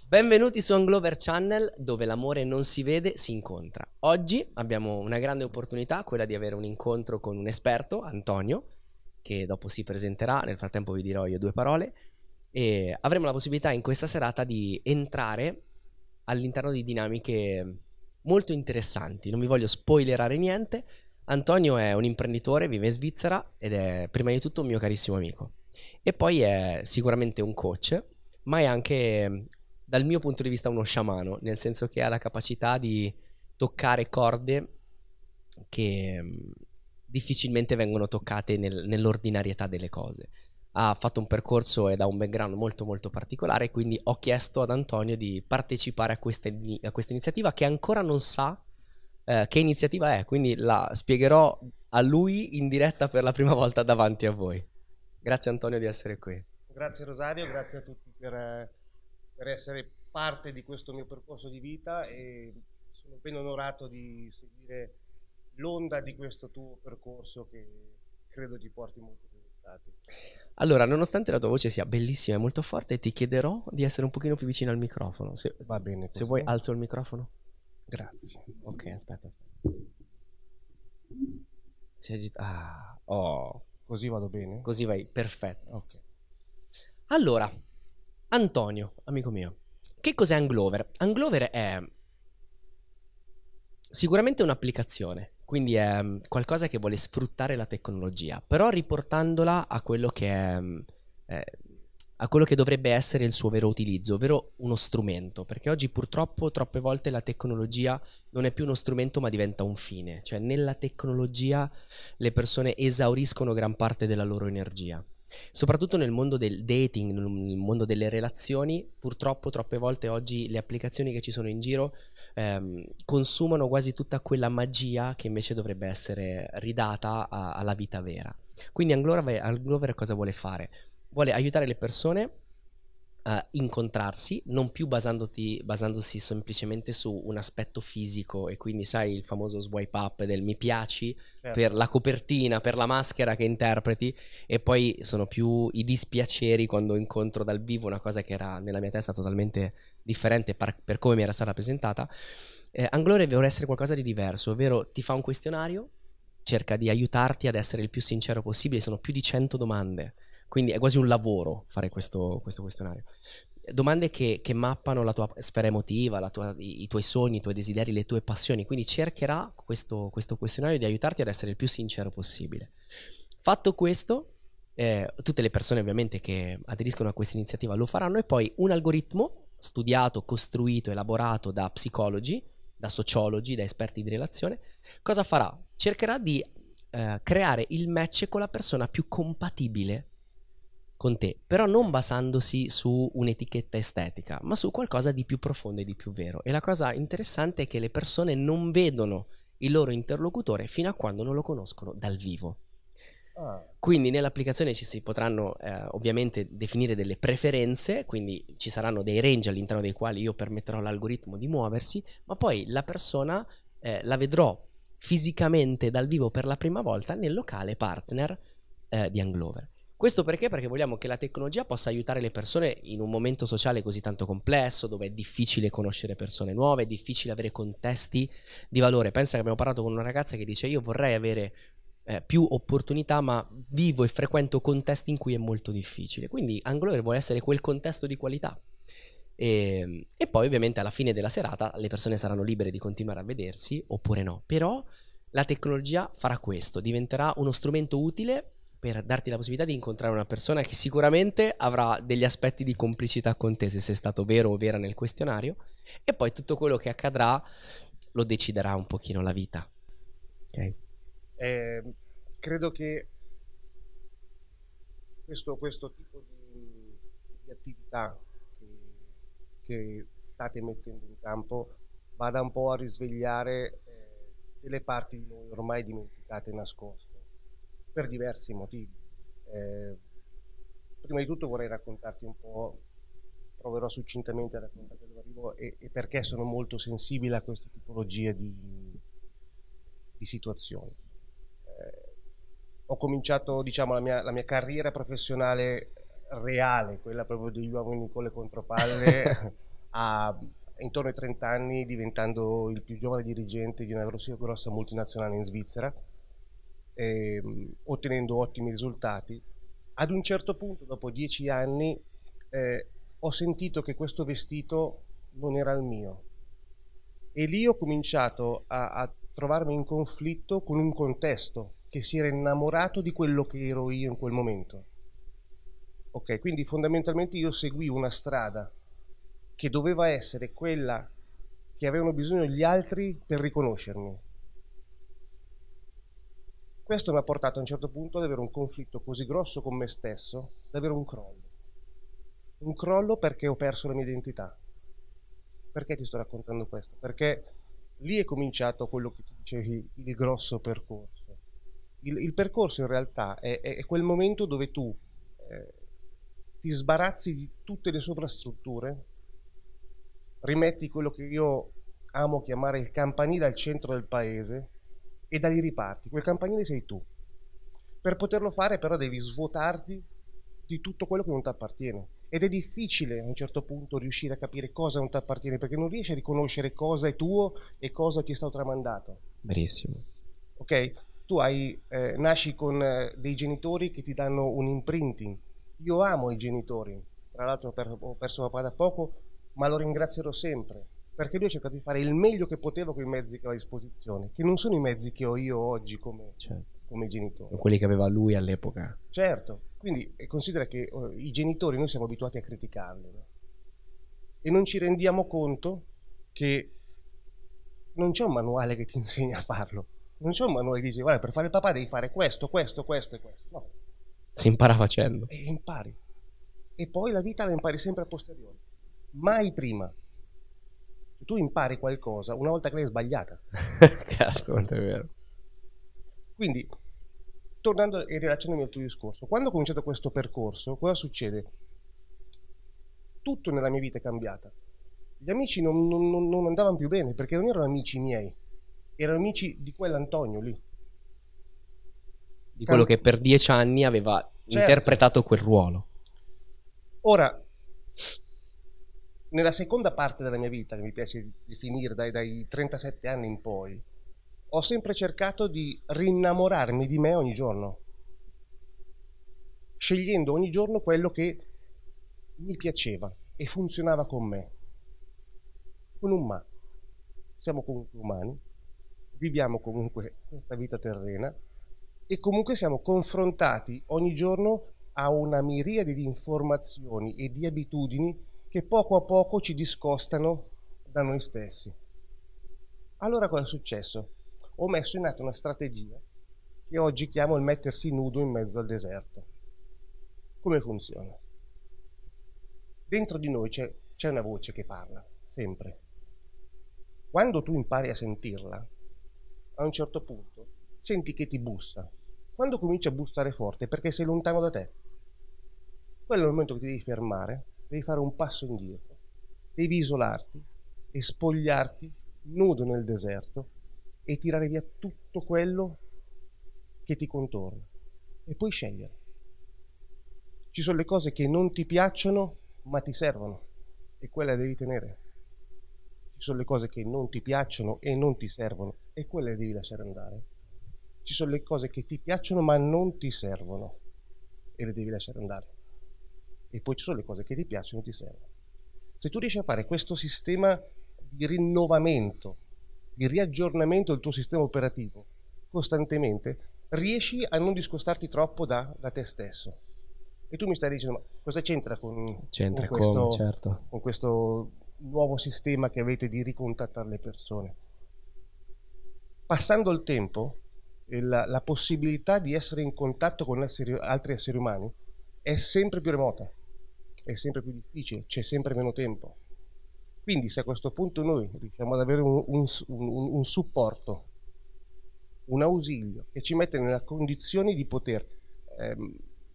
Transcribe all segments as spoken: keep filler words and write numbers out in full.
Benvenuti su Anglover Channel, dove l'amore non si vede, si incontra. Oggi abbiamo una grande opportunità, quella di avere un incontro con un esperto, Antonio, che dopo si presenterà, nel frattempo vi dirò io due parole, e avremo la possibilità in questa serata di entrare all'interno di dinamiche molto interessanti. Non vi voglio spoilerare niente. Antonio è un imprenditore, vive in Svizzera ed è prima di tutto un mio carissimo amico. E poi è sicuramente un coach, ma è anche, dal mio punto di vista, uno sciamano, nel senso che ha la capacità di toccare corde che mh, difficilmente vengono toccate nel- nell'ordinarietà delle cose. Ha fatto un percorso ed ha un background molto molto particolare, quindi ho chiesto ad Antonio di partecipare a questa, ini- a questa iniziativa che ancora non sa eh, che iniziativa è, quindi la spiegherò a lui in diretta per la prima volta davanti a voi. Grazie Antonio di essere qui. Grazie Rosario, grazie a tutti per, eh, per essere parte di questo mio percorso di vita e sono ben onorato di seguire l'onda di questo tuo percorso che credo ti porti molti risultati. Allora, nonostante la tua voce sia bellissima e molto forte, ti chiederò di essere un pochino più vicino al microfono. Se, Va bene se così. vuoi, alzo il microfono. Grazie. Ok, aspetta, aspetta. Si agita. Ah, oh, Così vado bene? così vai, perfetto. Ok. Allora, Antonio, amico mio, che cos'è Anglover? Anglover è sicuramente un'applicazione, quindi è mm, qualcosa che vuole sfruttare la tecnologia, però riportandola a quello che è, mm, eh, a quello che dovrebbe essere il suo vero utilizzo, ovvero uno strumento, perché oggi purtroppo troppe volte la tecnologia non è più uno strumento ma diventa un fine, cioè nella tecnologia le persone esauriscono gran parte della loro energia. Soprattutto nel mondo del dating, nel mondo delle relazioni, purtroppo troppe volte oggi le applicazioni che ci sono in giro ehm, consumano quasi tutta quella magia che invece dovrebbe essere ridata a- alla vita vera. Quindi Anglover, Anglover cosa vuole fare? Vuole aiutare le persone a incontrarsi, non più basandoti, basandosi semplicemente su un aspetto fisico e quindi sai il famoso swipe up del mi piaci Certo. per la copertina, per la maschera che interpreti e poi sono più i dispiaceri quando incontro dal vivo una cosa che era nella mia testa totalmente differente per, per come mi era stata presentata. Eh, Anglore vuole essere qualcosa di diverso, ovvero ti fa un questionario, cerca di aiutarti ad essere il più sincero possibile, sono più di cento domande, quindi è quasi un lavoro fare questo, questo questionario. Domande che, che mappano la tua sfera emotiva, la tua, i, i tuoi sogni, i tuoi desideri, le tue passioni, quindi cercherà questo, questo questionario di aiutarti ad essere il più sincero possibile. Fatto questo, eh, tutte le persone ovviamente che aderiscono a questa iniziativa lo faranno e poi un algoritmo studiato, costruito, elaborato da psicologi, da sociologi, da esperti di relazione, cosa farà? Cercherà di eh, creare il match con la persona più compatibile con te, però non basandosi su un'etichetta estetica, ma su qualcosa di più profondo e di più vero. E la cosa interessante è che le persone non vedono il loro interlocutore fino a quando non lo conoscono dal vivo. Ah, Quindi nell'applicazione ci si potranno eh, ovviamente definire delle preferenze, quindi ci saranno dei range all'interno dei quali io permetterò all'algoritmo di muoversi, ma poi la persona eh, la vedrò fisicamente dal vivo per la prima volta nel locale partner eh, di Anglover. Questo perché? Perché vogliamo che la tecnologia possa aiutare le persone in un momento sociale così tanto complesso, dove è difficile conoscere persone nuove, è difficile avere contesti di valore. Pensa che abbiamo parlato con una ragazza che dice io vorrei avere eh, più opportunità, ma vivo e frequento contesti in cui è molto difficile. Quindi Anglover vuole essere quel contesto di qualità. E, e poi ovviamente alla fine della serata le persone saranno libere di continuare a vedersi oppure no. Però la tecnologia farà questo, diventerà uno strumento utile per darti la possibilità di incontrare una persona che sicuramente avrà degli aspetti di complicità con te se sei stato vero o vera nel questionario e poi tutto quello che accadrà lo deciderà un pochino la vita. Ok? eh, credo che questo, questo tipo di, di attività che, che state mettendo in campo vada un po' a risvegliare eh, delle parti di noi ormai dimenticate e nascoste per diversi motivi. Eh, prima di tutto vorrei raccontarti un po', proverò succintamente a raccontare dove arrivo e, e perché sono molto sensibile a queste tipologie di, di situazioni. Eh, ho cominciato, diciamo, la mia, la mia carriera professionale reale, quella proprio degli uomini con le contropalle, a intorno ai trenta anni, diventando il più giovane dirigente di una grossa, grossa multinazionale in Svizzera, ehm, ottenendo ottimi risultati. Ad un certo punto, dopo dieci anni, eh, ho sentito che questo vestito non era il mio. E lì ho cominciato a, a trovarmi in conflitto con un contesto che si era innamorato di quello che ero io in quel momento. Ok, quindi fondamentalmente io seguì una strada che doveva essere quella che avevano bisogno gli altri per riconoscermi. Questo mi ha portato a un certo punto ad avere un conflitto così grosso con me stesso, ad avere un crollo. Un crollo perché ho perso la mia identità. Perché ti sto raccontando questo? Perché lì è cominciato quello che tu dicevi, il grosso percorso. Il, il percorso in realtà è, è, è quel momento dove tu eh, ti sbarazzi di tutte le sovrastrutture, rimetti quello che io amo chiamare il campanile al centro del paese e da lì riparti. Quel campanile sei tu. Per poterlo fare però devi svuotarti di tutto quello che non ti appartiene. Ed è difficile a un certo punto riuscire a capire cosa non ti appartiene, perché non riesci a riconoscere cosa è tuo e cosa ti è stato tramandato. Verissimo. Ok? Tu hai, eh, nasci con eh, dei genitori che ti danno un imprinting. Io amo i genitori, tra l'altro ho perso, ho perso papà da poco, ma lo ringrazierò sempre, perché lui ha cercato di fare il meglio che poteva con i mezzi che aveva a disposizione, che non sono i mezzi che ho io oggi come, Certo. come genitori. Sono quelli che aveva lui all'epoca. Certo, quindi eh, considera che eh, i genitori noi siamo abituati a criticarli, no? E non ci rendiamo conto che non c'è un manuale che ti insegna a farlo. Non c'è un manuale che dice, guarda, per fare il papà devi fare questo, questo, questo e questo. No. Si impara facendo. E impari. E poi la vita la impari sempre a posteriori. Mai prima. Tu impari qualcosa una volta che l'hai sbagliata. Cazzo, quanto è vero. Quindi, tornando e rilacciandomi al tuo discorso, quando ho cominciato questo percorso, cosa succede? Tutto nella mia vita è cambiata. Gli amici non, non, non andavano più bene, perché non erano amici miei, erano amici di quell'Antonio lì. Di quello Cam- che per dieci anni aveva certo. interpretato quel ruolo. Ora, nella seconda parte della mia vita, che mi piace definire dai, dai trentasette anni in poi, ho sempre cercato di rinnamorarmi di me ogni giorno, scegliendo ogni giorno quello che mi piaceva e funzionava con me. Con un ma. Siamo comunque umani, viviamo comunque questa vita terrena e comunque siamo confrontati ogni giorno a una miriade di informazioni e di abitudini che poco a poco ci discostano da noi stessi. Allora cosa è successo? Ho messo in atto una strategia che oggi chiamo il mettersi nudo in mezzo al deserto. Come funziona? Dentro di noi c'è, c'è una voce che parla, sempre. Quando tu impari a sentirla, a un certo punto senti che ti bussa. Quando comincia a bussare forte è perché sei lontano da te. Quello è il momento che ti devi fermare, devi fare un passo indietro, devi isolarti e spogliarti nudo nel deserto e tirare via tutto quello che ti contorna e poi scegliere. Ci sono le cose che non ti piacciono ma ti servono e quelle devi tenere. Ci sono le cose che non ti piacciono e non ti servono e quelle devi lasciare andare. Ci sono le cose che ti piacciono ma non ti servono e le devi lasciare andare. E poi ci sono le cose che ti piacciono e ti servono. Se tu riesci a fare questo sistema di rinnovamento, di riaggiornamento del tuo sistema operativo costantemente, riesci a non discostarti troppo da, da te stesso. E tu mi stai dicendo, ma cosa c'entra con, c'entra con, questo, come, certo. con questo nuovo sistema che avete di ricontattare le persone? Passando il tempo, la, la possibilità di essere in contatto con esseri, altri esseri umani è sempre più remota, è sempre più difficile, c'è sempre meno tempo. Quindi se a questo punto noi riusciamo ad avere un, un, un, un supporto, un ausilio che ci mette nella condizione di poter ehm,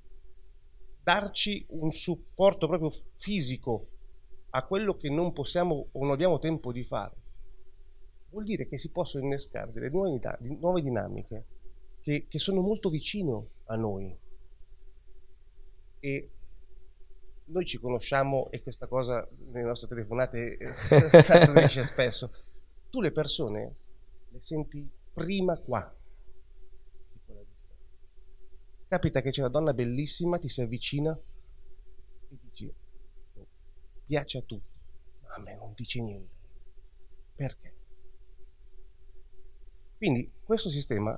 darci un supporto proprio fisico a quello che non possiamo o non abbiamo tempo di fare, vuol dire che si possono innescare delle nuove, nuove dinamiche che, che sono molto vicino a noi. E noi ci conosciamo e questa cosa nelle nostre telefonate scaturisce spesso. Tu le persone le senti prima qua. Capita che c'è una donna bellissima, ti si avvicina e dici, oh, piace a tutti, ma a me non dice niente. Perché? Quindi questo sistema,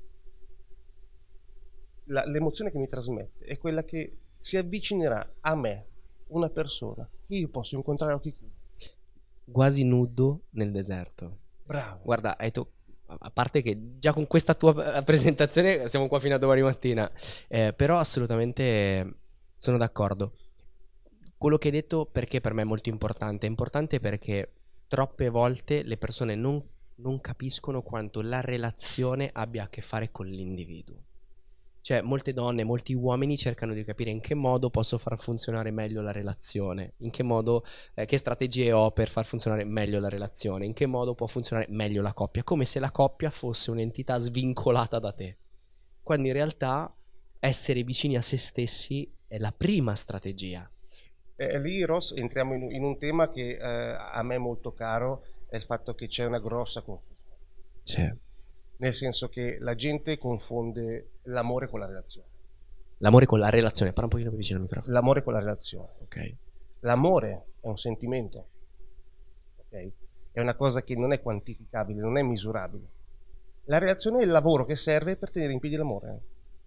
la, l'emozione che mi trasmette è quella che si avvicinerà a me una persona che io posso incontrare a occhi chiusi. Quasi nudo nel deserto. Bravo. Guarda, hai to- a parte che già con questa tua presentazione siamo qua fino a domani mattina, eh, però assolutamente sono d'accordo. Quello che hai detto, perché per me è molto importante, è importante perché troppe volte le persone non, non capiscono quanto la relazione abbia a che fare con l'individuo. Cioè, molte donne, molti uomini cercano di capire in che modo posso far funzionare meglio la relazione, in che modo, eh, che strategie ho per far funzionare meglio la relazione, in che modo può funzionare meglio la coppia, come se la coppia fosse un'entità svincolata da te. Quando in realtà essere vicini a se stessi è la prima strategia. E lì, Ross, entriamo in, in un tema che eh, a me è molto caro, è il fatto che c'è una grossa confusione. C'è. Nel senso che la gente confonde l'amore con la relazione. L'amore con la relazione, parla un pochino più vicino al microfono. L'amore con la relazione. Ok. L'amore è un sentimento, ok? È una cosa che non è quantificabile, non è misurabile. La relazione è il lavoro che serve per tenere in piedi l'amore.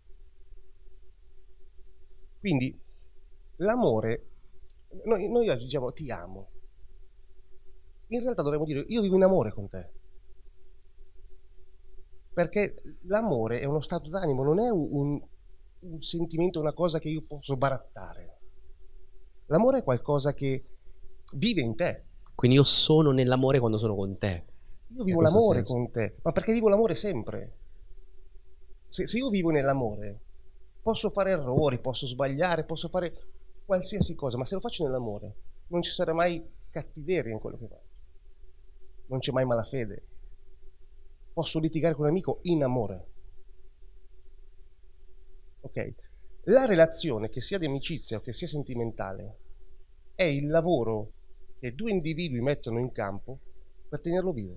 Quindi l'amore, noi, noi oggi diciamo ti amo. In realtà dovremmo dire io vivo in amore con te. Perché l'amore è uno stato d'animo, non è un, un, un sentimento, una cosa che io posso barattare. L'amore è qualcosa che vive in te. Quindi io sono nell'amore quando sono con te. Io vivo l'amore con te, ma perché vivo l'amore sempre. Se, se io vivo nell'amore, posso fare errori, posso sbagliare, posso fare qualsiasi cosa, ma se lo faccio nell'amore, non ci sarà mai cattiveria in quello che faccio. Non c'è mai malafede. Posso litigare con un amico in amore. Ok? La relazione, che sia di amicizia o che sia sentimentale, è il lavoro che due individui mettono in campo per tenerlo vivo.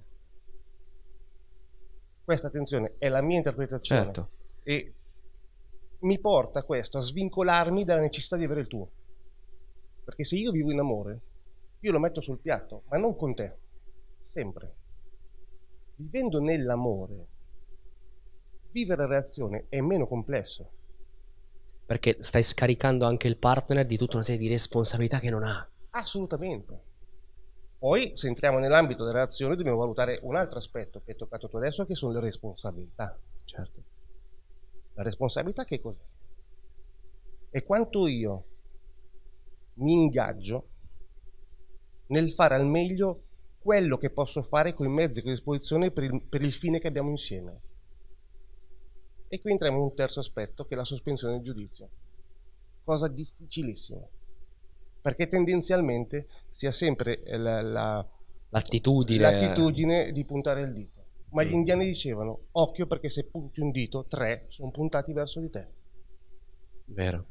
Questa, attenzione, è la mia interpretazione. Certo. E mi porta questo a svincolarmi dalla necessità di avere il tuo. Perché se io vivo in amore, io lo metto sul piatto, ma non con te. Sempre. Vivendo nell'amore, vivere la relazione è meno complesso. Perché stai scaricando anche il partner di tutta una serie di responsabilità che non ha. Assolutamente. Poi, se entriamo nell'ambito della relazione, dobbiamo valutare un altro aspetto che hai toccato tu adesso, che sono le responsabilità. Certo. La responsabilità che cos'è? È quanto io mi ingaggio nel fare al meglio quello che posso fare con i mezzi che ho a disposizione per il, per il fine che abbiamo insieme. E qui entriamo in un terzo aspetto, che è la sospensione del giudizio. Cosa difficilissima. Perché tendenzialmente si ha sempre la, la, l'attitudine. l'attitudine di puntare il dito. Ma gli indiani dicevano, occhio perché se punti un dito, tre sono puntati verso di te. Vero.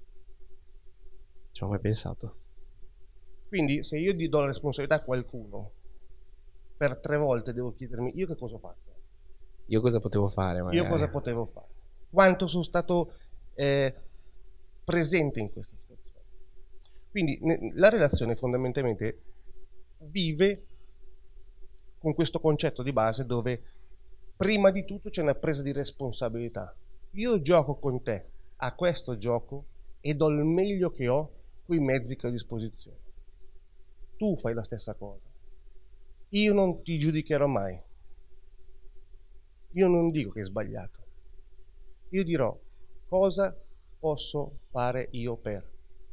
Ci ho mai pensato. Quindi se io gli do la responsabilità a qualcuno, per tre volte devo chiedermi, io che cosa ho fatto? Io cosa potevo fare? Magari. Io cosa potevo fare? Quanto sono stato eh, presente in questa situazione? Quindi ne, la relazione fondamentalmente vive con questo concetto di base dove prima di tutto c'è una presa di responsabilità. Io gioco con te a questo gioco e do il meglio che ho con i mezzi che ho a disposizione. Tu fai la stessa cosa. Io non ti giudicherò mai. Io non dico che è sbagliato. Io dirò cosa posso fare io per.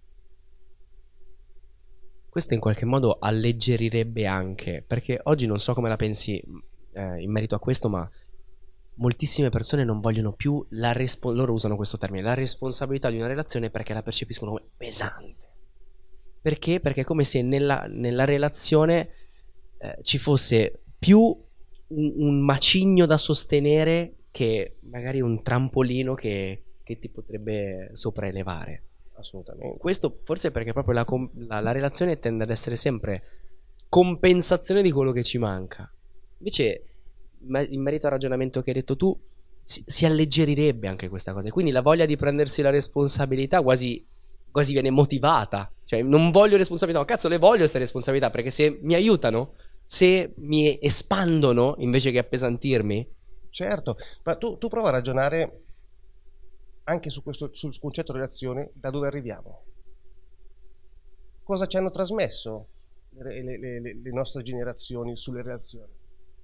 Questo in qualche modo alleggerirebbe anche, perché oggi non so come la pensi eh, in merito a questo, ma moltissime persone non vogliono più la responsabilità, loro usano questo termine, la responsabilità di una relazione perché la percepiscono come pesante. Perché? Perché è come se nella, nella relazione eh, ci fosse più un, un macigno da sostenere che magari un trampolino che, che ti potrebbe sopraelevare. assolutamente. Questo forse perché proprio la, com- la- la relazione tende ad essere sempre compensazione di quello che ci manca. Invece, ma- in merito al ragionamento che hai detto tu, si, si alleggerirebbe anche questa cosa. E quindi la voglia di prendersi la responsabilità quasi, quasi viene motivata. Cioè, non voglio responsabilità, no, cazzo, le voglio queste responsabilità perché se mi aiutano, se mi espandono invece che appesantirmi. Certo, ma tu, tu prova a ragionare anche su questo, sul concetto di relazione, da dove arriviamo. Cosa ci hanno trasmesso le, le- le- le nostre generazioni sulle relazioni?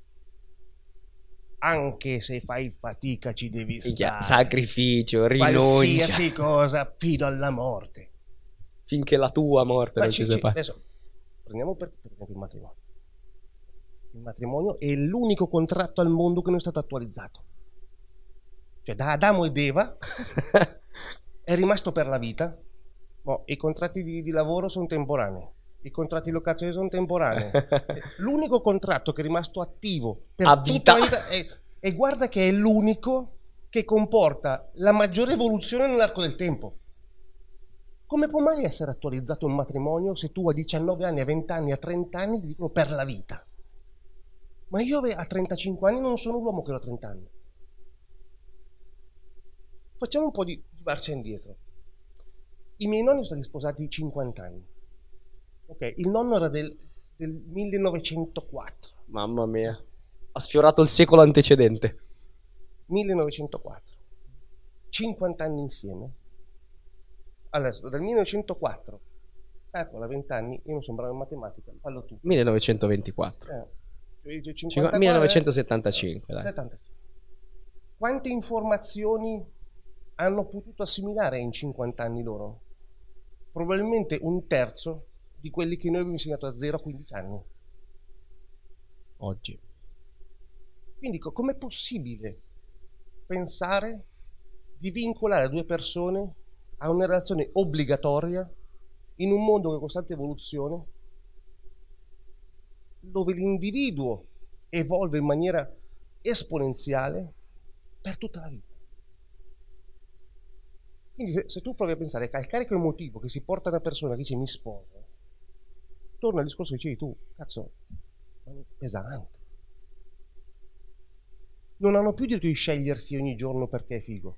Anche se fai fatica ci devi Minchia, stare. sacrificio, rinuncia, Qualsiasi cosa fino alla morte. finché la tua morte Ma non ci- ci ci- separa. adesso prendiamo per, per esempio il matrimonio. Il matrimonio è l'unico contratto al mondo che non è stato attualizzato. Cioè da Adamo ed Eva è rimasto per la vita. Mo, i contratti di, di lavoro sono temporanei, i contratti di locazione sono temporanei. L'unico contratto che è rimasto attivo per A tutta vita. la vita è, e guarda che è l'unico che comporta la maggiore evoluzione nell'arco del tempo. Come può mai essere attualizzato un matrimonio se tu a diciannove anni, a venti anni, a trenta anni ti dicono per la vita? Ma io a trentacinque anni non sono l'uomo che ho a trenta anni. Facciamo un po' di, di marcia indietro. I miei nonni sono stati sposati cinquanta anni. Ok, il nonno era del, del millenovecentoquattro. Mamma mia, ha sfiorato il secolo antecedente. millenovecentoquattro. cinquanta anni insieme. Adesso, dal millenovecentoquattro, calcola venti anni, io non sono bravo in matematica, fallo tu. millenovecentoventiquattro. Eh, cioè, Cinqu- cinquanta millenovecentosettantacinque, dai. settantacinque. Quante informazioni hanno potuto assimilare in cinquanta anni loro? Probabilmente un terzo di quelli che noi abbiamo insegnato a zero a quindici anni. Oggi. Quindi co- com'è possibile pensare di vincolare due persone a una relazione obbligatoria in un mondo che è in costante evoluzione, dove l'individuo evolve in maniera esponenziale per tutta la vita? Quindi se, se tu provi a pensare che al carico emotivo che si porta una persona che dice mi sposo, torna al discorso che dicevi tu, cazzo, è pesante. Non hanno più diritto di scegliersi ogni giorno perché è figo.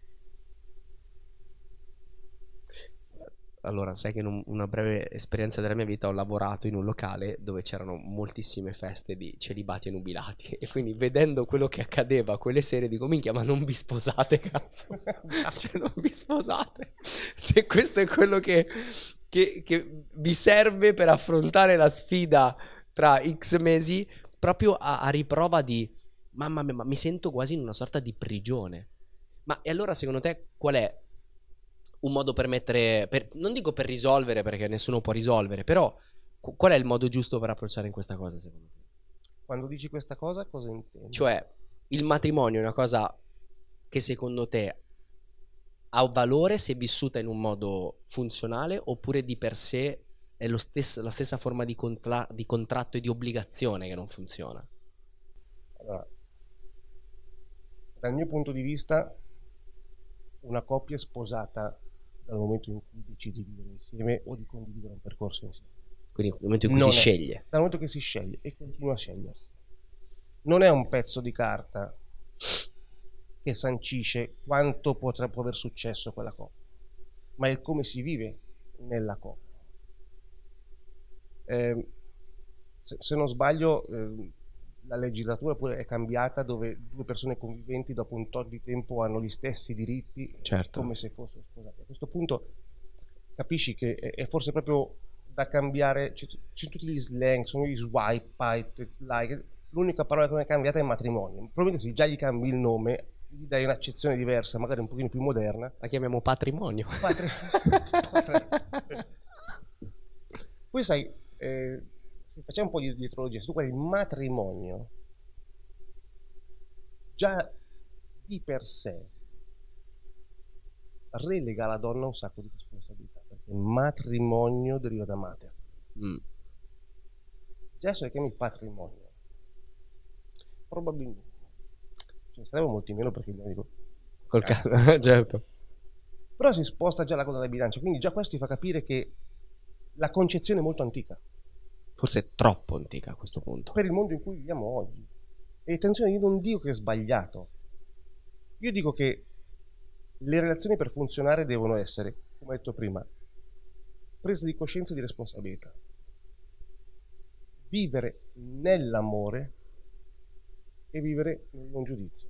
Allora, sai che in un- una breve esperienza della mia vita ho lavorato in un locale dove c'erano moltissime feste di celibati e nubilati e quindi vedendo quello che accadeva quelle sere dico minchia ma non vi sposate cazzo, cioè non vi sposate se questo è quello che, che, che vi serve per affrontare la sfida tra X mesi proprio a, a riprova di mamma mia ma mi sento quasi in una sorta di prigione. Ma e allora secondo te qual è un modo per mettere, per- non dico per risolvere perché nessuno può risolvere, però qu- qual è il modo giusto per approcciare in questa cosa secondo te? Quando dici questa cosa, cosa intendi? Cioè, il matrimonio è una cosa che secondo te ha valore se vissuta in un modo funzionale oppure di per sé è lo stesso- la stessa forma di, contra- di contratto e di obbligazione che non funziona? Allora, dal mio punto di vista, una coppia è sposata dal momento in cui decide di vivere insieme o di condividere un percorso insieme. Quindi nel momento in cui Non si è- sceglie. Dal momento che si sceglie e continua a scegliersi. Non è un pezzo di carta che sancisce quanto potrà può aver successo quella coppia, ma è il come si vive nella coppia. Eh, se, se non sbaglio, eh, la legislatura pure è cambiata dove due persone conviventi dopo un tot di tempo hanno gli stessi diritti, Certo. come se fossero sposati. A questo punto capisci che è, è forse proprio da cambiare, ci sono tutti gli slang, sono gli swipe, pipe, like, l'unica parola che non è cambiata è matrimonio. Probabilmente se già gli cambi il nome, gli dai un'accezione diversa, magari un pochino più moderna. La chiamiamo patrimonio. Patri- Patri- Poi sai, eh, se facciamo un po' di dietrologia, se tu guardi il matrimonio, già di per sé relega alla donna un sacco di responsabilità, perché il matrimonio deriva da mater. Mm. Già se lo chiami patrimonio, probabilmente ce ne sarebbero molti meno perché io dico Col cazzo, caso, certo. Però si sposta già la cosa della bilancia, quindi già questo ti fa capire che la concezione è molto antica. Forse è troppo antica a questo punto. Per il mondo in cui viviamo oggi. E attenzione, io non dico che è sbagliato. Io dico che le relazioni per funzionare devono essere, come ho detto prima, presa di coscienza e di responsabilità. Vivere nell'amore e vivere nel non giudizio.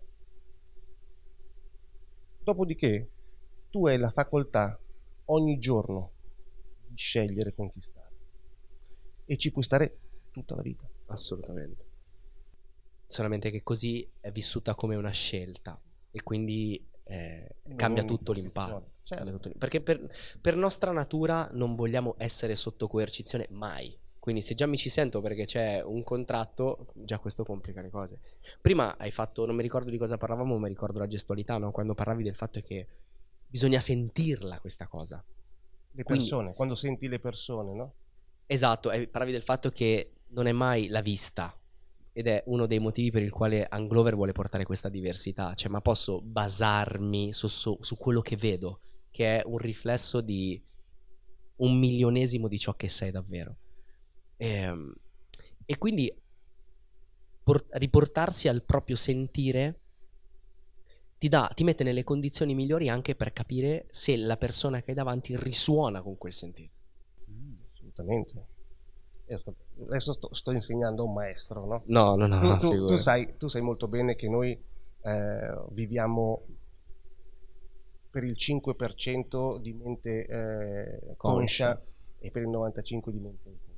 Dopodiché tu hai la facoltà ogni giorno di scegliere e conquistare e ci puoi stare tutta la vita. Assolutamente. Solamente che così è vissuta come una scelta e quindi eh, cambia tutto l'impatto. Certo. Perché per, per nostra natura non vogliamo essere sotto coercizione mai. Quindi se già mi ci sento perché c'è un contratto, già questo complica le cose. Prima hai fatto, non mi ricordo di cosa parlavamo, ma ricordo la gestualità, no? Quando parlavi del fatto che bisogna sentirla questa cosa. Le persone, quindi, quando senti le persone, no? Esatto, e parlavi del fatto che non è mai la vista, ed è uno dei motivi per il quale Anglover vuole portare questa diversità. Cioè, ma posso basarmi su, su, su quello che vedo, che è un riflesso di un milionesimo di ciò che sei davvero. E, e quindi por- riportarsi al proprio sentire ti dà, ti mette nelle condizioni migliori anche per capire se la persona che hai davanti risuona con quel sentire. Mm, assolutamente. Io sto, adesso sto, sto insegnando a un maestro, no? No, no, no. Tu, tu, tu, sai, tu sai molto bene che noi eh, viviamo per il cinque per cento di mente eh, conscia, conscia e per il novantacinque per cento di mente inconscia.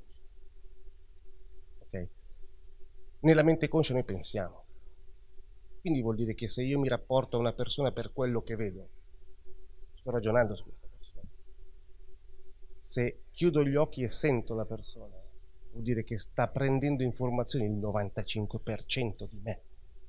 Okay. Nella mente conscia noi pensiamo, quindi vuol dire che se io mi rapporto a una persona per quello che vedo, sto ragionando su questa persona. Se chiudo gli occhi e sento la persona, vuol dire che sta prendendo informazioni il novantacinque per cento di me.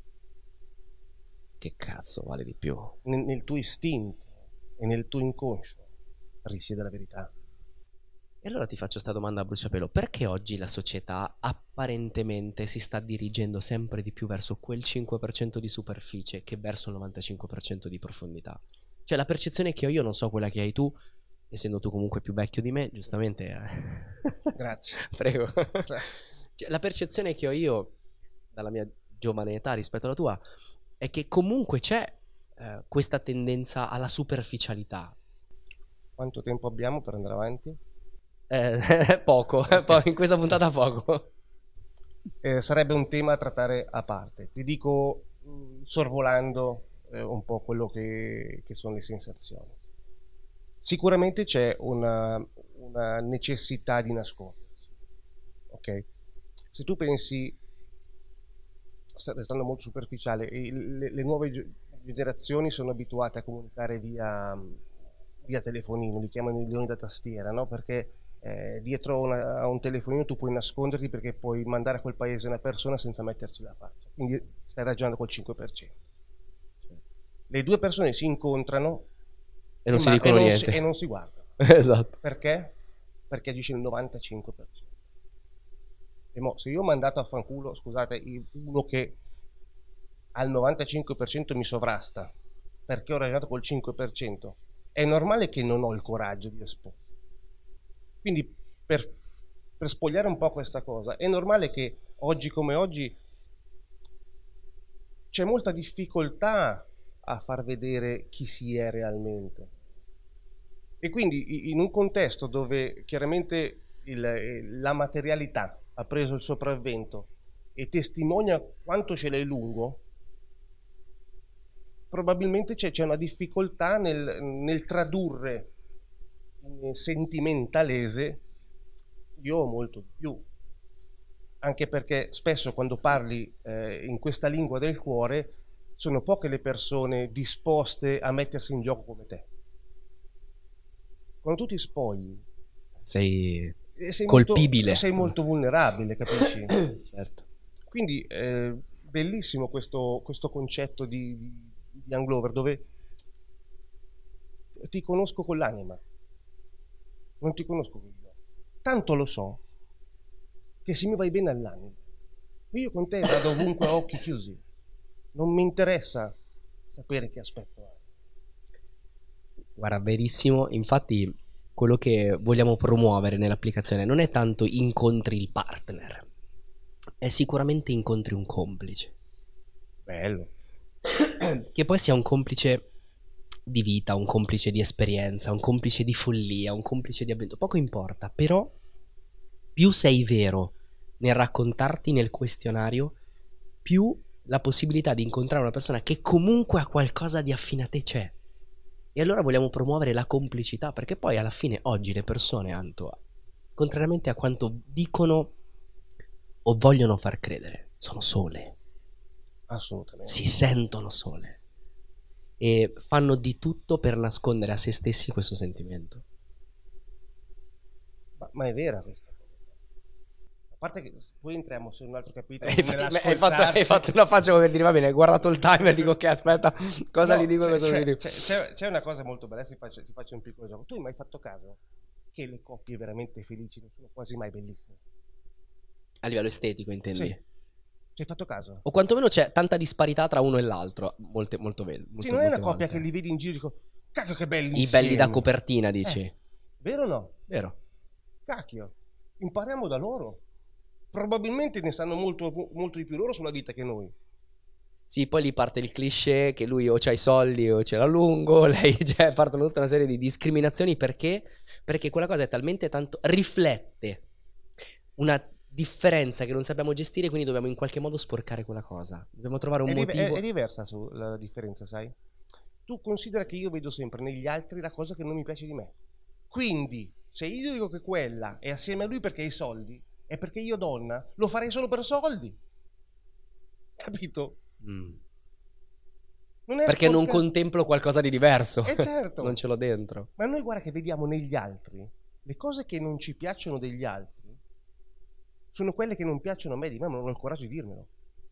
Che cazzo vale di più? Nel, nel tuo istinto e nel tuo inconscio risiede la verità. E allora ti faccio questa domanda a bruciapelo: perché oggi la società apparentemente si sta dirigendo sempre di più verso quel cinque per cento di superficie che verso il novantacinque per cento di profondità? Cioè la percezione che ho io non so quella che hai tu, essendo tu comunque più vecchio di me, giustamente. Eh. Grazie. Prego. Grazie. Cioè, la percezione che ho io dalla mia giovane età rispetto alla tua è che comunque c'è eh, questa tendenza alla superficialità. Quanto tempo abbiamo per andare avanti? Eh, poco, okay. In questa puntata poco. Eh, sarebbe un tema a trattare a parte. Ti dico, sorvolando eh, un po' quello che, che sono le sensazioni. Sicuramente c'è una, una necessità di nascondersi. Ok? Se tu pensi, restando molto superficiale, le, le nuove generazioni sono abituate a comunicare via, via telefonino, li chiamano i leoni da tastiera, no? Perché Eh, dietro una, a un telefonino tu puoi nasconderti perché puoi mandare a quel paese una persona senza metterci la faccia, quindi stai ragionando col cinque per cento. Le due persone si incontrano e non, e si, ma, dicono e non, niente. si, e non si guardano. Esatto. Perché? Perché agisce il novantacinque per cento. E mo, se io ho mandato a fanculo, scusate, uno che al novantacinque per cento mi sovrasta perché ho ragionato col cinque per cento, è normale che non ho il coraggio di esporre. Quindi per, per spogliare un po' questa cosa, è normale che oggi come oggi c'è molta difficoltà a far vedere chi si è realmente. E quindi in un contesto dove chiaramente il, la materialità ha preso il sopravvento e testimonia quanto ce l'hai lungo, probabilmente c'è una difficoltà nel, nel tradurre sentimentalese. Io ho molto di più, anche perché spesso quando parli eh, in questa lingua del cuore sono poche le persone disposte a mettersi in gioco come te. Quando tu ti spogli sei, sei colpibile, molto, sei molto vulnerabile, capisci? Certo. Quindi eh, bellissimo questo, questo concetto di, di, di Anglover, dove ti conosco con l'anima, non ti conosco con gli occhi. Tanto lo so che se mi vai bene all'anima, io con te vado ovunque a occhi chiusi, non mi interessa sapere che aspetto hai. Guarda, verissimo. Infatti, quello che vogliamo promuovere nell'applicazione non è tanto incontri il partner, è sicuramente incontri un complice. Bello. Che poi sia un complice di vita, un complice di esperienza, un complice di follia, un complice di avventura, poco importa, però più sei vero nel raccontarti nel questionario, più la possibilità di incontrare una persona che comunque ha qualcosa di affine a te c'è. E allora vogliamo promuovere la complicità, perché poi alla fine oggi le persone, Anto, contrariamente a quanto dicono o vogliono far credere, sono sole, Assolutamente. si sentono sole e fanno di tutto per nascondere a se stessi questo sentimento. Ma, ma è vera questa cosa. A parte che poi entriamo su un altro capitolo. Hai, hai, fatto, hai fatto una faccia come per dire va bene, hai guardato il timer, dico ok, aspetta, cosa no, gli dico, cosa c'è, gli dico? C'è, c'è, c'è una cosa molto bella, ti faccio, ti faccio un piccolo gioco. Tu hai mai fatto caso che le coppie veramente felici non sono quasi mai bellissime? A livello estetico intendi? Sì. Ci hai fatto caso? O quantomeno c'è tanta disparità tra uno e l'altro. Molte, molto bello. Sì, non è una coppia che li vedi in giro e dico, cacchio che belli I insieme. belli da copertina, dici? Eh, vero o no? Vero. Cacchio, impariamo da loro. Probabilmente ne sanno molto, molto di più loro sulla vita che noi. Sì, poi lì parte il cliché che lui o c'ha i soldi o ce l'ha lungo, lei, cioè partono tutta una serie di discriminazioni perché? Perché quella cosa è talmente tanto, riflette una differenza che non sappiamo gestire, quindi dobbiamo in qualche modo sporcare quella cosa. Dobbiamo trovare un è motivo. È, è diversa su, la differenza, sai? Tu considera che io vedo sempre negli altri la cosa che non mi piace di me. Quindi, se io dico che quella è assieme a lui perché ha i soldi, è perché io donna lo farei solo per soldi. Capito? Mm. Non perché sporca... non contemplo qualcosa di diverso. Eh certo. Non ce l'ho dentro. Ma noi guarda che vediamo negli altri le cose che non ci piacciono degli altri sono quelle che non piacciono a me di me, ma non ho il coraggio di dirmelo.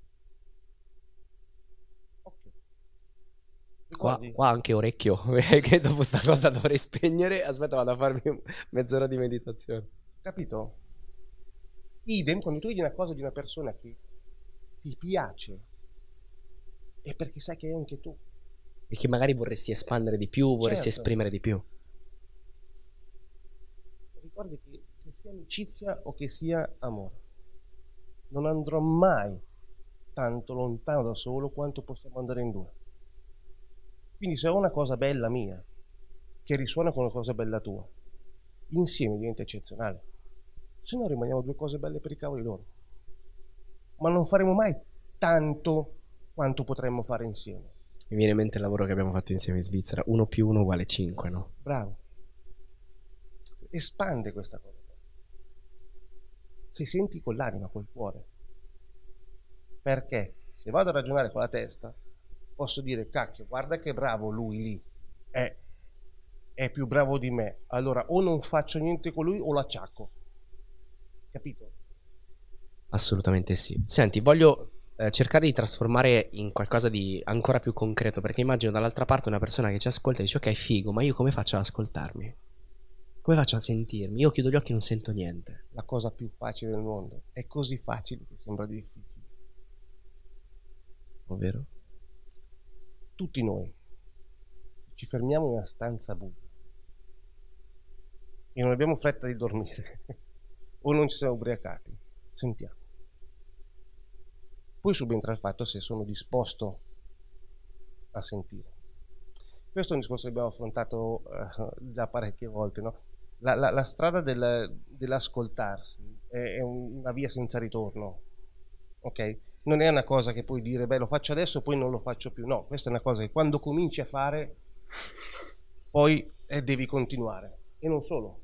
Okay. Qua, qua anche orecchio, che dopo sta cosa dovrei spegnere. Aspetta, vado a farmi mezz'ora di meditazione. Capito? Idem, quando tu vedi una cosa di una persona che ti piace, è perché sai che è anche tu. E che magari vorresti espandere di più, vorresti certo. esprimere di più. Ricordi che, che sia amicizia o che sia amore, non andrò mai tanto lontano da solo quanto possiamo andare in due. Quindi se ho una cosa bella mia che risuona con una cosa bella tua, insieme diventa eccezionale. Se no rimaniamo due cose belle per i cavoli loro. Ma non faremo mai tanto quanto potremmo fare insieme. Mi viene in mente il lavoro che abbiamo fatto insieme in Svizzera. uno più uno uguale cinque, no? Bravo. Espande questa cosa. Se senti con l'anima, col cuore. Perché se vado a ragionare con la testa, posso dire, cacchio, guarda che bravo lui lì. È, è più bravo di me. Allora o non faccio niente con lui o l'acciacco. Capito? Assolutamente sì. Senti, voglio eh, cercare di trasformare in qualcosa di ancora più concreto, perché immagino dall'altra parte una persona che ci ascolta e dice ok, figo, ma io come faccio ad ascoltarmi? Come faccio a sentirmi? Io chiudo gli occhi e non sento niente. La cosa più facile del mondo. È così facile che sembra difficile. Ovvero? Tutti noi, se ci fermiamo in una stanza buia e non abbiamo fretta di dormire o non ci siamo ubriacati, sentiamo. Poi subentra il fatto se sono disposto a sentire. Questo è un discorso che abbiamo affrontato uh, già parecchie volte, no? La, la, la strada del, dell'ascoltarsi è, è una via senza ritorno, ok? Non è una cosa che puoi dire, beh, lo faccio adesso, poi non lo faccio più. No, questa è una cosa che quando cominci a fare, poi eh, devi continuare. E non solo.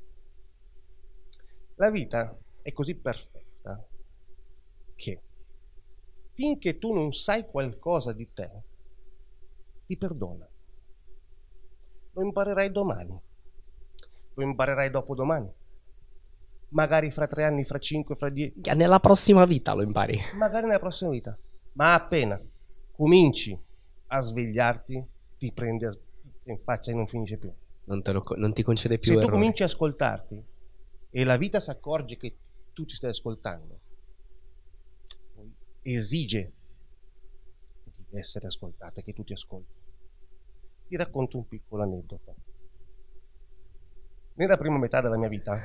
La vita è così perfetta che finché tu non sai qualcosa di te, ti perdona. Lo imparerai domani, lo imparerai dopodomani, magari fra tre anni, fra cinque, fra dieci. Nella prossima vita lo impari. Magari nella prossima vita. Ma appena cominci a svegliarti, ti prendi a spizza in faccia e non finisce più. Non, te lo, non ti concede più Se errori. tu cominci a ascoltarti e la vita si accorge che tu ti stai ascoltando, esige di essere ascoltata, che tu ti ascolti. Ti racconto un piccolo aneddoto. nella prima metà della mia vita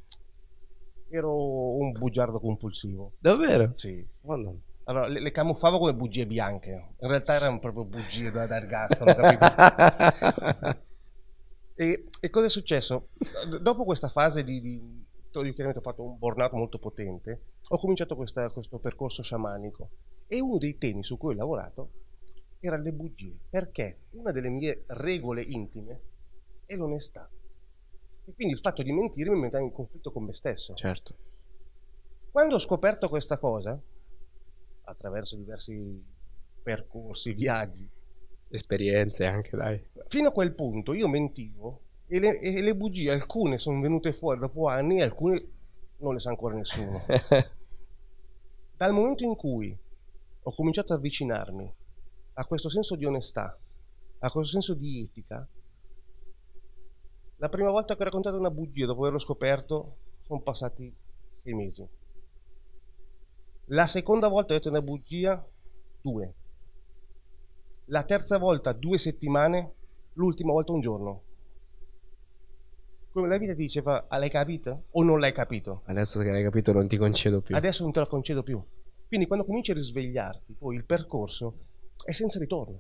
ero un bugiardo compulsivo. Davvero? Sì. Oh, no. Allora, le, le camuffavo come bugie bianche. In realtà erano proprio bugie da, da ergastolo, capito? e, e cosa è successo? Dopo questa fase di... di io chiaramente ho fatto un burnout molto potente, ho cominciato questa, questo percorso sciamanico. E uno dei temi su cui ho lavorato era le bugie. Perché una delle mie regole intime è l'onestà. E quindi il fatto di mentire mi metteva in conflitto con me stesso. Certo. Quando ho scoperto questa cosa, attraverso diversi percorsi, viaggi, esperienze anche, dai. Fino a quel punto io mentivo e le, e le bugie, alcune sono venute fuori dopo anni e alcune non le sa ancora nessuno. Dal momento in cui ho cominciato ad avvicinarmi a questo senso di onestà, a questo senso di etica, la prima volta che ho raccontato una bugia dopo averlo scoperto sono passati sei mesi. La seconda volta ho detto una bugia, due. La terza volta, due settimane. L'ultima volta, un giorno. Come la vita ti diceva, ah, l'hai capito? O non l'hai capito? Adesso che l'hai capito non ti concedo più. Adesso non te la concedo più. Quindi quando cominci a risvegliarti, poi il percorso è senza ritorno.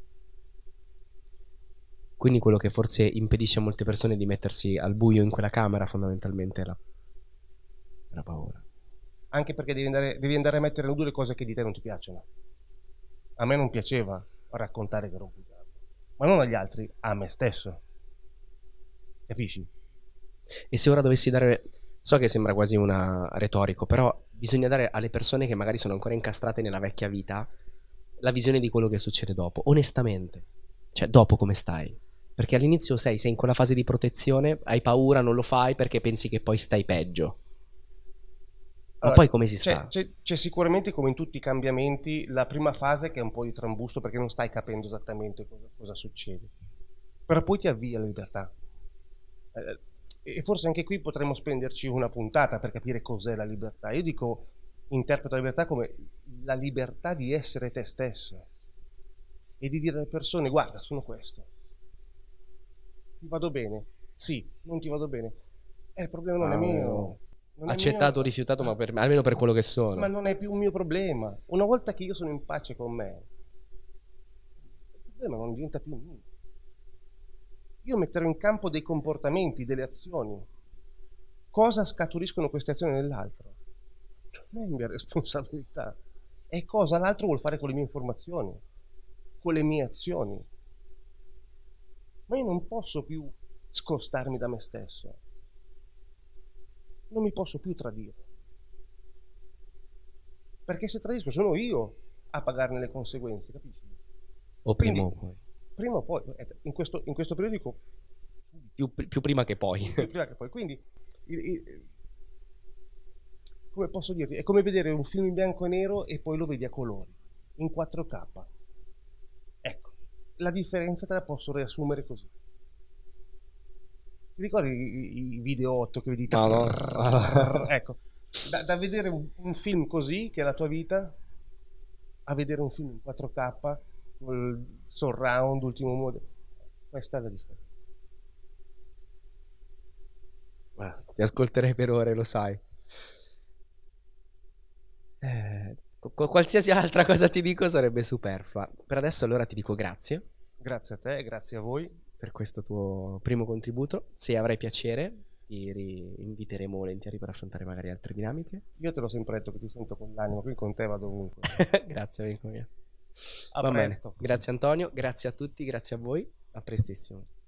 Quindi quello che forse impedisce a molte persone di mettersi al buio in quella camera fondamentalmente è la, è la paura. Anche perché devi andare, devi andare a mettere nudo le cose che di te non ti piacciono. A me non piaceva raccontare che ero un bugiardo, ma non agli altri, a me stesso. Capisci? E se ora dovessi dare, so che sembra quasi una retorico, però bisogna dare alle persone che magari sono ancora incastrate nella vecchia vita la visione di quello che succede dopo, onestamente. Cioè, dopo come stai? Perché all'inizio sei, sei in quella fase di protezione, hai paura, non lo fai perché pensi che poi stai peggio. Ma allora, poi come si sta? C'è, c'è sicuramente, come in tutti i cambiamenti, la prima fase che è un po' di trambusto perché non stai capendo esattamente cosa, cosa succede. Però poi ti avvia alla libertà. Eh, e forse anche qui potremmo spenderci una puntata per capire cos'è la libertà. Io dico, interpreto la libertà come la libertà di essere te stesso e di dire alle persone, guarda, sono questo. Ti vado bene? Sì. Non ti vado bene? Eh, il problema non ah, è mio. Non accettato o mio... rifiutato, ma per me, almeno per quello che sono. Ma non è più un mio problema. Una volta che io sono in pace con me, il problema non diventa più mio. Io metterò in campo dei comportamenti, delle azioni. Cosa scaturiscono queste azioni nell'altro? Non è mia responsabilità. È cosa l'altro vuol fare con le mie informazioni, con le mie azioni. Ma io non posso più scostarmi da me stesso. Non mi posso più tradire. Perché se tradisco sono io a pagarne le conseguenze, capisci? O prima o poi. Prima o poi, in questo, in questo periodo dico più, più prima che poi. Più prima che poi. Quindi, il, il, come posso dirti, è come vedere un film in bianco e nero e poi lo vedi a colori, in quattro K. Ecco, la differenza te la posso riassumere così. Ti ricordi i, i video otto che vedi? No, no. Ecco, da, da vedere un, un film così, che è la tua vita, a vedere un film in quattro K, col surround, ultimo modello. Questa è la differenza. Guarda, ti ascolterei per ore, lo sai. Eh, qualsiasi altra cosa ti dico sarebbe superflua. Per adesso allora ti dico grazie. Grazie a te, grazie a voi per questo tuo primo contributo. Se avrai piacere ti inviteremo volentieri per affrontare magari altre dinamiche. Io te l'ho sempre detto che ti sento con l'anima, qui con te vado ovunque. Grazie amico mio. A Va presto. Bene. Grazie Antonio, grazie a tutti, grazie a voi, a prestissimo.